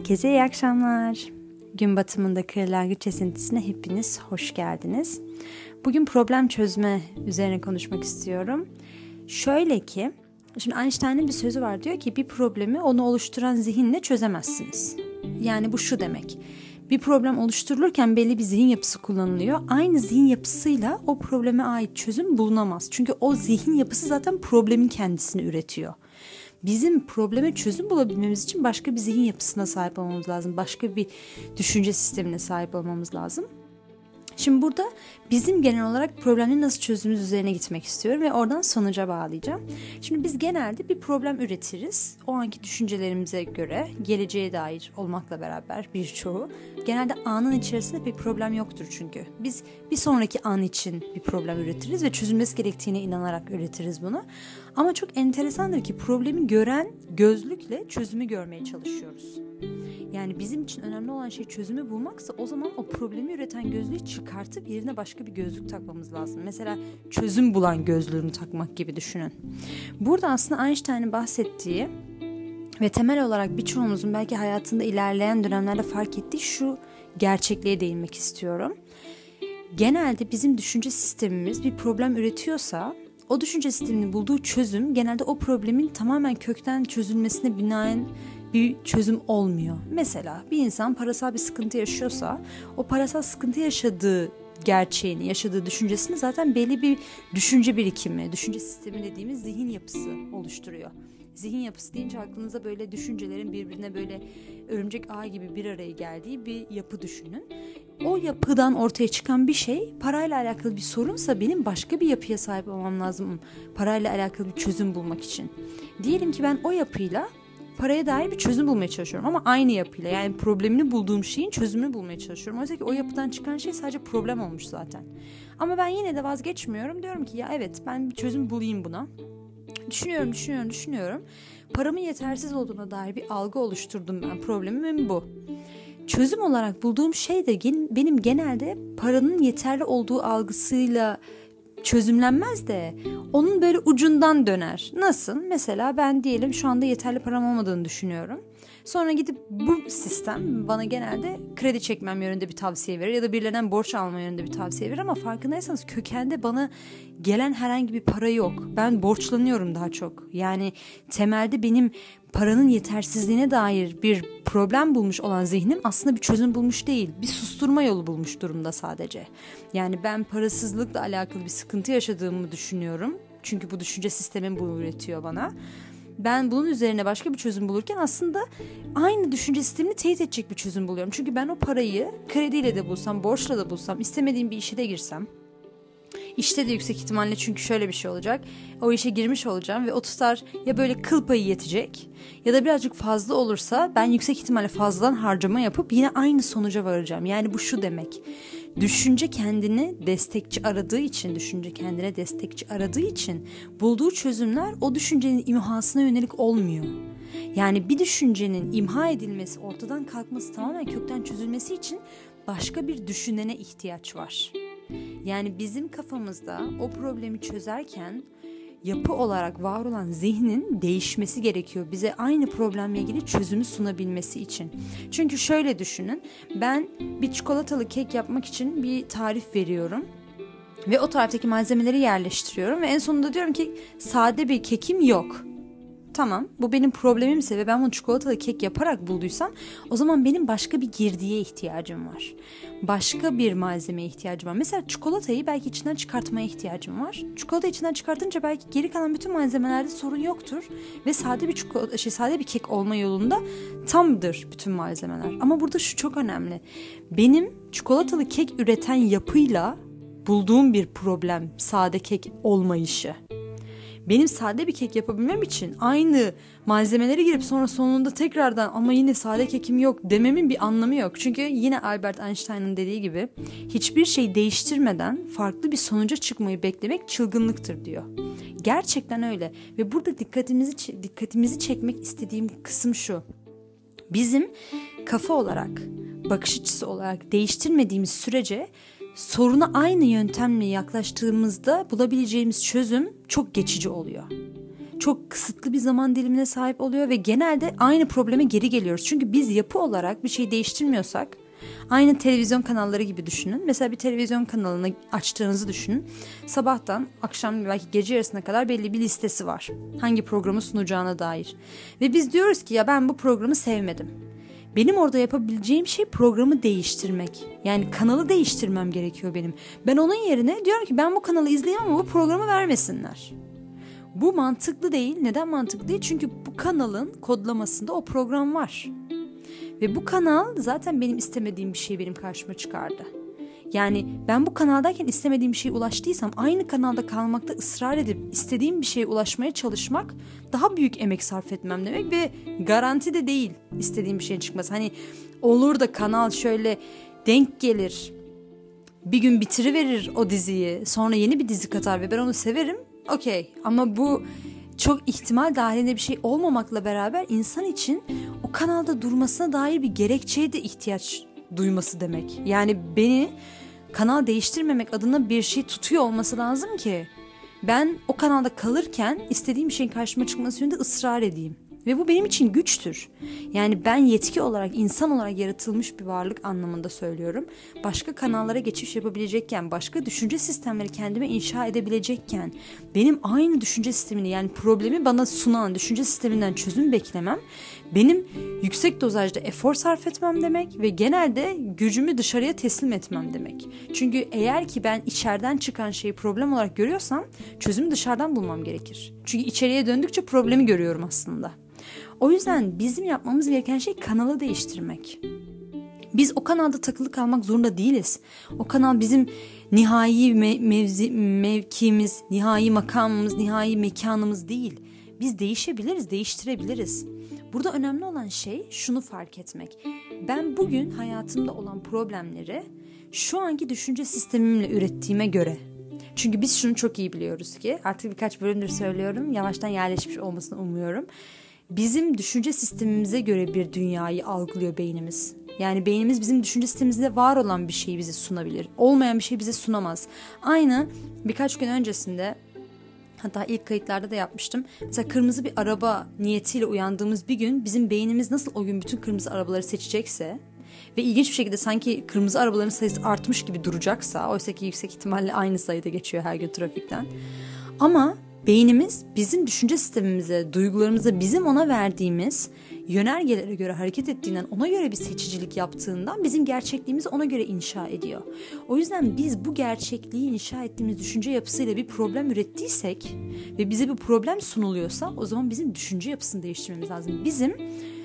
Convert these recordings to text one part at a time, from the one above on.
Herkese iyi akşamlar. Gün batımında kırlangıç esintisine hepiniz hoş geldiniz. Bugün problem çözme üzerine konuşmak istiyorum. Şöyle ki, şimdi Einstein'ın bir sözü var, diyor ki bir problemi onu oluşturan zihinle çözemezsiniz. Yani bu şu demek: bir problem oluşturulurken belli bir zihin yapısı kullanılıyor. Aynı zihin yapısıyla o probleme ait çözüm bulunamaz. Çünkü o zihin yapısı zaten problemin kendisini üretiyor. Bizim probleme çözüm bulabilmemiz için başka bir zihin yapısına sahip olmamız lazım. Başka bir düşünce sistemine sahip olmamız lazım. Şimdi burada bizim genel olarak problemleri nasıl çözdüğümüz üzerine gitmek istiyorum ve oradan sonuca bağlayacağım. Şimdi biz genelde bir problem üretiriz. O anki düşüncelerimize göre, geleceğe dair olmakla beraber birçoğu. Genelde anın içerisinde pek problem yoktur çünkü. Biz bir sonraki an için bir problem üretiriz ve çözülmesi gerektiğine inanarak üretiriz bunu. Ama çok enteresandır ki problemi gören gözlükle çözümü görmeye çalışıyoruz. Yani bizim için önemli olan şey çözümü bulmaksa o zaman o problemi üreten gözlüğü çıkartıp yerine başka bir gözlük takmamız lazım. Mesela çözüm bulan gözlüğünü takmak gibi düşünün. Burada aslında Einstein'ın bahsettiği ve temel olarak birçoğumuzun belki hayatında ilerleyen dönemlerde fark ettiği şu gerçekliğe değinmek istiyorum. Genelde bizim düşünce sistemimiz bir problem üretiyorsa o düşünce sisteminin bulduğu çözüm genelde o problemin tamamen kökten çözülmesine binaen bir çözüm olmuyor. Mesela bir insan parasal bir sıkıntı yaşıyorsa o parasal sıkıntı yaşadığı gerçeğini, yaşadığı düşüncesini zaten belli bir düşünce birikimi, düşünce sistemi dediğimiz zihin yapısı oluşturuyor. Zihin yapısı deyince aklınıza böyle düşüncelerin birbirine böyle örümcek ağ gibi bir araya geldiği bir yapı düşünün. O yapıdan ortaya çıkan bir şey parayla alakalı bir sorunsa benim başka bir yapıya sahip olmam lazım parayla alakalı bir çözüm bulmak için. Diyelim ki ben o yapıyla paraya dair bir çözüm bulmaya çalışıyorum ama aynı yapıyla, yani problemini bulduğum şeyin çözümünü bulmaya çalışıyorum. Oysa ki o yapıdan çıkan şey sadece problem olmuş zaten. Ama ben yine de vazgeçmiyorum. Diyorum ki ya evet, ben bir çözüm bulayım buna. Düşünüyorum. Paramın yetersiz olduğuna dair bir algı oluşturdum ben. Problemim bu. Çözüm olarak bulduğum şey de benim genelde paranın yeterli olduğu algısıyla çözümlenmez de onun böyle ucundan döner. Nasıl? Mesela ben diyelim şu anda yeterli param olmadığını düşünüyorum. Sonra gidip bu sistem bana genelde kredi çekmem yönünde bir tavsiye verir ya da birilerinden borç alma yönünde bir tavsiye verir ama farkındaysanız kökende bana gelen herhangi bir para yok. Ben borçlanıyorum daha çok. Yani temelde benim paranın yetersizliğine dair bir problem bulmuş olan zihnim aslında bir çözüm bulmuş değil. Bir susturma yolu bulmuş durumda sadece. Yani ben parasızlıkla alakalı bir sıkıntı yaşadığımı düşünüyorum. Çünkü bu düşünce sistemim bunu üretiyor bana. Ben bunun üzerine başka bir çözüm bulurken aslında aynı düşünce sistemini teyit edecek bir çözüm buluyorum. Çünkü ben o parayı krediyle de bulsam, borçla da bulsam, istemediğim bir işe de girsem, İşte de yüksek ihtimalle, çünkü şöyle bir şey olacak. O işe girmiş olacağım ve o tutar ya böyle kıl payı yetecek ya da birazcık fazla olursa ben yüksek ihtimalle fazladan harcama yapıp yine aynı sonuca varacağım. Yani bu şu demek: düşünce kendine destekçi aradığı için bulduğu çözümler o düşüncenin imhasına yönelik olmuyor. Yani bir düşüncenin imha edilmesi, ortadan kalkması, tamamen kökten çözülmesi için başka bir düşünene ihtiyaç var. Yani bizim kafamızda o problemi çözerken yapı olarak var olan zihnin değişmesi gerekiyor. Bize aynı problemle ilgili çözümü sunabilmesi için. Çünkü şöyle düşünün. Ben bir çikolatalı kek yapmak için bir tarif veriyorum. Ve o tarifteki malzemeleri yerleştiriyorum. Ve en sonunda diyorum ki sade bir kekim yok. Tamam, bu benim problemimse ve ben bunu çikolatalı kek yaparak bulduysam o zaman benim başka bir girdiye ihtiyacım var. Başka bir malzemeye ihtiyacım var. Mesela çikolatayı belki içinden çıkartmaya ihtiyacım var. Çikolatayı içinden çıkartınca belki geri kalan bütün malzemelerde sorun yoktur ve sade bir kek olma yolunda tamdır bütün malzemeler. Ama burada şu çok önemli: benim çikolatalı kek üreten yapıyla bulduğum bir problem sade kek olmayışı. Benim sade bir kek yapabilmem için aynı malzemeleri girip sonra sonunda tekrardan ama yine sade kekim yok dememin bir anlamı yok. Çünkü yine Albert Einstein'ın dediği gibi hiçbir şey değiştirmeden farklı bir sonuca çıkmayı beklemek çılgınlıktır diyor. Gerçekten öyle ve burada dikkatimizi çekmek istediğim kısım şu: bizim kafa olarak, bakış açısı olarak değiştirmediğimiz sürece soruna aynı yöntemle yaklaştığımızda bulabileceğimiz çözüm çok geçici oluyor. çok kısıtlı bir zaman dilimine sahip oluyor ve genelde aynı probleme geri geliyoruz. Çünkü biz yapı olarak bir şey değiştirmiyorsak, aynı televizyon kanalları gibi düşünün. Mesela bir televizyon kanalını açtığınızı düşünün. Sabahtan akşam belki gece yarısına kadar belli bir listesi var. Hangi programı sunacağına dair. Ve biz diyoruz ki ya ben bu programı sevmedim. Benim orada yapabileceğim şey programı değiştirmek. Yani kanalı değiştirmem gerekiyor benim. Ben onun yerine diyorum ki ben bu kanalı izleyeyim ama bu programı vermesinler. Bu mantıklı değil. Neden mantıklı değil? Çünkü bu kanalın kodlamasında o program var. Ve bu kanal zaten benim istemediğim bir şey benim karşıma çıkardı. Yani ben bu kanaldayken istemediğim bir şeye ulaştıysam aynı kanalda kalmakta ısrar edip istediğim bir şeye ulaşmaya çalışmak daha büyük emek sarf etmem demek ve garanti de değil istediğim bir şeyin çıkması. Hani olur da kanal şöyle denk gelir, bir gün bitiriverir o diziyi, sonra yeni bir dizi katar ve ben onu severim. Okey, ama bu çok ihtimal dahilinde bir şey olmamakla beraber insan için o kanalda durmasına dair bir gerekçeye de ihtiyaç duyması demek. Yani beni kanal değiştirmemek adına bir şey tutuyor olması lazım ki ben o kanalda kalırken istediğim bir şeyin karşıma çıkması yönünde ısrar edeyim. Ve bu benim için güçtür. Yani ben yetki olarak, insan olarak yaratılmış bir varlık anlamında söylüyorum. Başka kanallara geçiş yapabilecekken, başka düşünce sistemleri kendime inşa edebilecekken, benim aynı düşünce sistemini yani problemi bana sunan düşünce sisteminden çözüm beklemem, benim yüksek dozajda efor sarf etmem demek ve genelde gücümü dışarıya teslim etmem demek. Çünkü eğer ki ben içeriden çıkan şeyi problem olarak görüyorsam çözümü dışarıdan bulmam gerekir. Çünkü içeriye döndükçe problemi görüyorum aslında. O yüzden bizim yapmamız gereken şey kanalı değiştirmek. Biz o kanalda takılı kalmak zorunda değiliz. O kanal bizim nihai mevkimiz, nihai makamımız, nihai mekanımız değil. Biz değişebiliriz, değiştirebiliriz. Burada önemli olan şey şunu fark etmek. Ben bugün hayatımda olan problemleri şu anki düşünce sistemimle ürettiğime göre. Çünkü biz şunu çok iyi biliyoruz ki, artık birkaç bölümdür söylüyorum, yavaştan yerleşmiş olmasını umuyorum. Bizim düşünce sistemimize göre bir dünyayı algılıyor beynimiz. Yani beynimiz bizim düşünce sistemimizde var olan bir şeyi bize sunabilir. Olmayan bir şey bize sunamaz. Aynı birkaç gün öncesinde, hatta ilk kayıtlarda da yapmıştım. Mesela kırmızı bir araba niyetiyle uyandığımız bir gün bizim beynimiz nasıl o gün bütün kırmızı arabaları seçecekse ve ilginç bir şekilde sanki kırmızı arabaların sayısı artmış gibi duracaksa, oysa ki yüksek ihtimalle aynı sayıda geçiyor her gün trafikten. Ama beynimiz bizim düşünce sistemimize, duygularımıza, bizim ona verdiğimiz yönergelere göre hareket ettiğinden, ona göre bir seçicilik yaptığından bizim gerçekliğimizi ona göre inşa ediyor. O yüzden biz bu gerçekliği inşa ettiğimiz düşünce yapısıyla bir problem ürettiysek ve bize bir problem sunuluyorsa o zaman bizim düşünce yapısını değiştirmemiz lazım. Bizim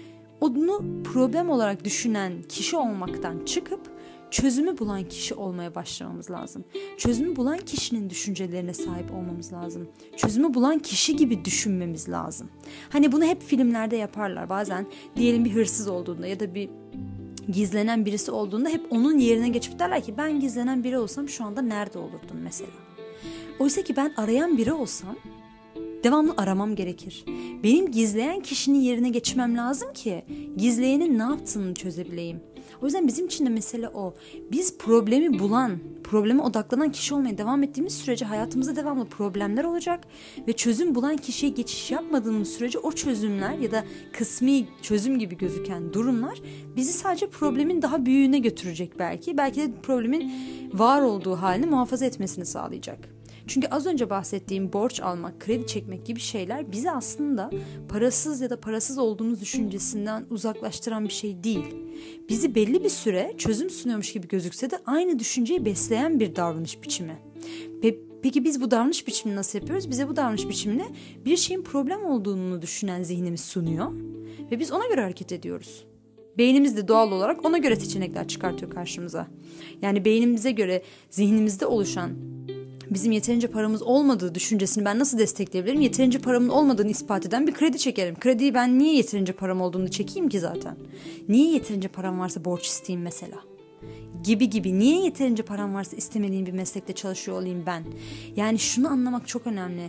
onu problem olarak düşünen kişi olmaktan çıkıp çözümü bulan kişi olmaya başlamamız lazım. Çözümü bulan kişinin düşüncelerine sahip olmamız lazım. Çözümü bulan kişi gibi düşünmemiz lazım. Hani bunu hep filmlerde yaparlar. Bazen diyelim bir hırsız olduğunda ya da bir gizlenen birisi olduğunda hep onun yerine geçip derler ki ben gizlenen biri olsam şu anda nerede olurdum mesela. Oysa ki ben arayan biri olsam devamlı aramam gerekir. Benim gizleyen kişinin yerine geçmem lazım ki gizleyenin ne yaptığını çözebileyim. O yüzden bizim için de mesele o. Biz problemi bulan, probleme odaklanan kişi olmaya devam ettiğimiz sürece hayatımızda devamlı problemler olacak ve çözüm bulan kişiye geçiş yapmadığımız sürece o çözümler ya da kısmi çözüm gibi gözüken durumlar bizi sadece problemin daha büyüğüne götürecek belki. Belki de problemin var olduğu halini muhafaza etmesini sağlayacak. Çünkü az önce bahsettiğim borç almak, kredi çekmek gibi şeyler bizi aslında parasız ya da parasız olduğumuz düşüncesinden uzaklaştıran bir şey değil. Bizi belli bir süre çözüm sunuyormuş gibi gözükse de aynı düşünceyi besleyen bir davranış biçimi. Peki biz bu davranış biçimini nasıl yapıyoruz? Bize bu davranış biçimini bir şeyin problem olduğunu düşünen zihnimiz sunuyor ve biz ona göre hareket ediyoruz. Beynimiz de doğal olarak ona göre seçenekler çıkartıyor karşımıza. Yani beynimize göre zihnimizde oluşan bizim yeterince paramız olmadığı düşüncesini ben nasıl destekleyebilirim? Yeterince paramın olmadığını ispat eden bir kredi çekerim. Krediyi ben niye yeterince param olduğunu çekeyim ki zaten? Niye yeterince param varsa borç isteyeyim mesela? Gibi. Niye yeterince param varsa istemediğim bir meslekte çalışıyor olayım ben? Yani şunu anlamak çok önemli.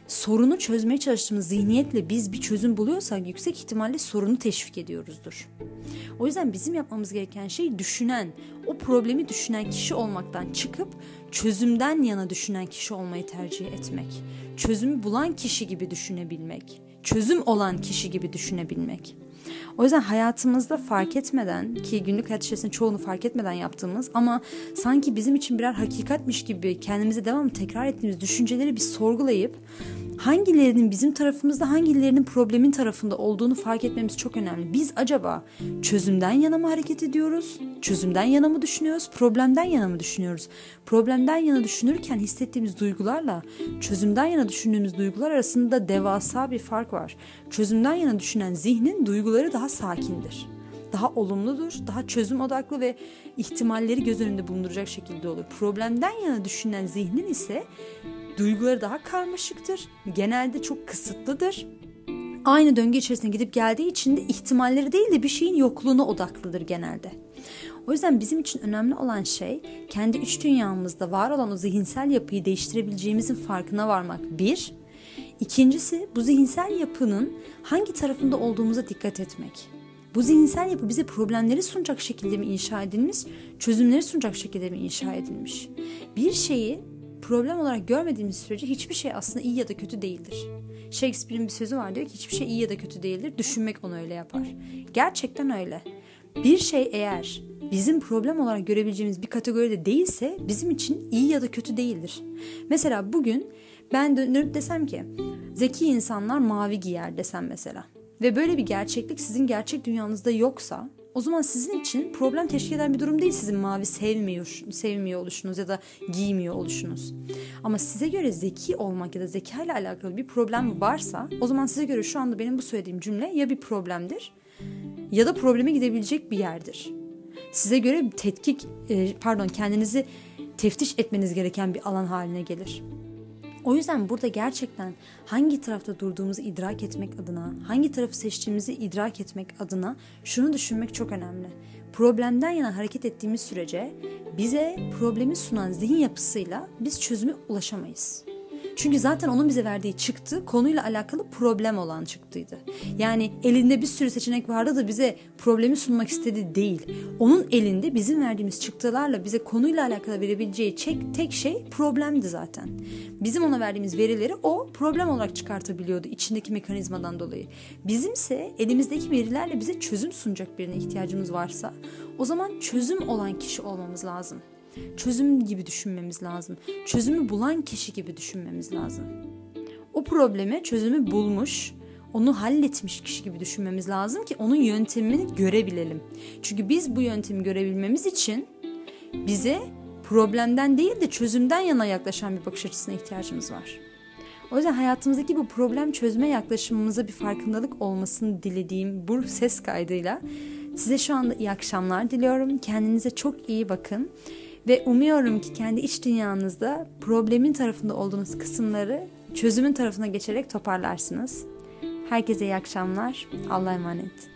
sorunu çözmeye çalıştığımız zihniyetle biz bir çözüm buluyorsak yüksek ihtimalle sorunu teşvik ediyoruzdur. O yüzden bizim yapmamız gereken şey düşünen, o problemi düşünen kişi olmaktan çıkıp çözümden yana düşünen kişi olmayı tercih etmek. Çözümü bulan kişi gibi düşünebilmek. Çözüm olan kişi gibi düşünebilmek. O yüzden hayatımızda fark etmeden, ki günlük hayat içerisinde çoğunu fark etmeden yaptığımız ama sanki bizim için birer hakikatmiş gibi kendimize devamlı tekrar ettiğimiz düşünceleri bir sorgulayıp hangilerinin bizim tarafımızda, hangilerinin problemin tarafında olduğunu fark etmemiz çok önemli. Biz acaba çözümden yana mı hareket ediyoruz? Çözümden yana mı düşünüyoruz? Problemden yana mı düşünüyoruz? Problemden yana düşünürken hissettiğimiz duygularla çözümden yana düşündüğümüz duygular arasında devasa bir fark var. Çözümden yana düşünen zihnin duyguları daha sakindir. Daha olumludur, daha çözüm odaklı ve ihtimalleri göz önünde bulunduracak şekilde olur. Problemden yana düşünen zihnin ise duyguları daha karmaşıktır, genelde çok kısıtlıdır. Aynı döngü içerisine gidip geldiği için de ihtimalleri değil de bir şeyin yokluğuna odaklıdır genelde. O yüzden bizim için önemli olan şey kendi iç dünyamızda var olan o zihinsel yapıyı değiştirebileceğimizin farkına varmak. Bir. İkincisi bu zihinsel yapının hangi tarafında olduğumuza dikkat etmek. Bu zihinsel yapı bize problemleri sunacak şekilde mi inşa edilmiş, çözümleri sunacak şekilde mi inşa edilmiş? Bir şeyi problem olarak görmediğimiz sürece hiçbir şey aslında iyi ya da kötü değildir. Shakespeare'in bir sözü var, diyor ki hiçbir şey iyi ya da kötü değildir, düşünmek onu öyle yapar. Gerçekten öyle. Bir şey eğer bizim problem olarak görebileceğimiz bir kategoride değilse bizim için iyi ya da kötü değildir. Mesela bugün ben dönüp desem ki zeki insanlar mavi giyer desem mesela ve böyle bir gerçeklik sizin gerçek dünyanızda yoksa o zaman sizin için problem teşkil eden bir durum değil sizin mavi sevmiyor oluşunuz ya da giymiyor oluşunuz. Ama size göre zeki olmak ya da zeka ile alakalı bir problem varsa o zaman size göre şu anda benim bu söylediğim cümle ya bir problemdir ya da probleme gidebilecek bir yerdir. Size göre kendinizi teftiş etmeniz gereken bir alan haline gelir. O yüzden burada gerçekten hangi tarafta durduğumuzu idrak etmek adına, hangi tarafı seçtiğimizi idrak etmek adına şunu düşünmek çok önemli. Problemden yana hareket ettiğimiz sürece bize problemi sunan zihin yapısıyla biz çözüme ulaşamayız. Çünkü zaten onun bize verdiği çıktı konuyla alakalı problem olan çıktıydı. Yani elinde bir sürü seçenek vardı da bize problemi sunmak istediği değil. Onun elinde bizim verdiğimiz çıktılarla bize konuyla alakalı verebileceği tek şey problemdi zaten. Bizim ona verdiğimiz verileri o problem olarak çıkartabiliyordu içindeki mekanizmadan dolayı. Bizimse elimizdeki verilerle bize çözüm sunacak birine ihtiyacımız varsa o zaman çözüm olan kişi olmamız lazım. Çözüm gibi düşünmemiz lazım. Çözümü bulan kişi gibi düşünmemiz lazım. O probleme çözümü bulmuş, onu halletmiş kişi gibi düşünmemiz lazım ki onun yöntemini görebilelim. Çünkü biz bu yöntemi görebilmemiz için bize problemden değil de çözümden yana yaklaşan bir bakış açısına ihtiyacımız var. O yüzden hayatımızdaki bu problem çözme yaklaşımımıza bir farkındalık olmasını dilediğim bu ses kaydıyla size şu anda iyi akşamlar diliyorum. Kendinize çok iyi bakın. Ve umuyorum ki kendi iç dünyanızda problemin tarafında olduğunuz kısımları çözümün tarafına geçerek toparlarsınız. Herkese iyi akşamlar. Allah'a emanet.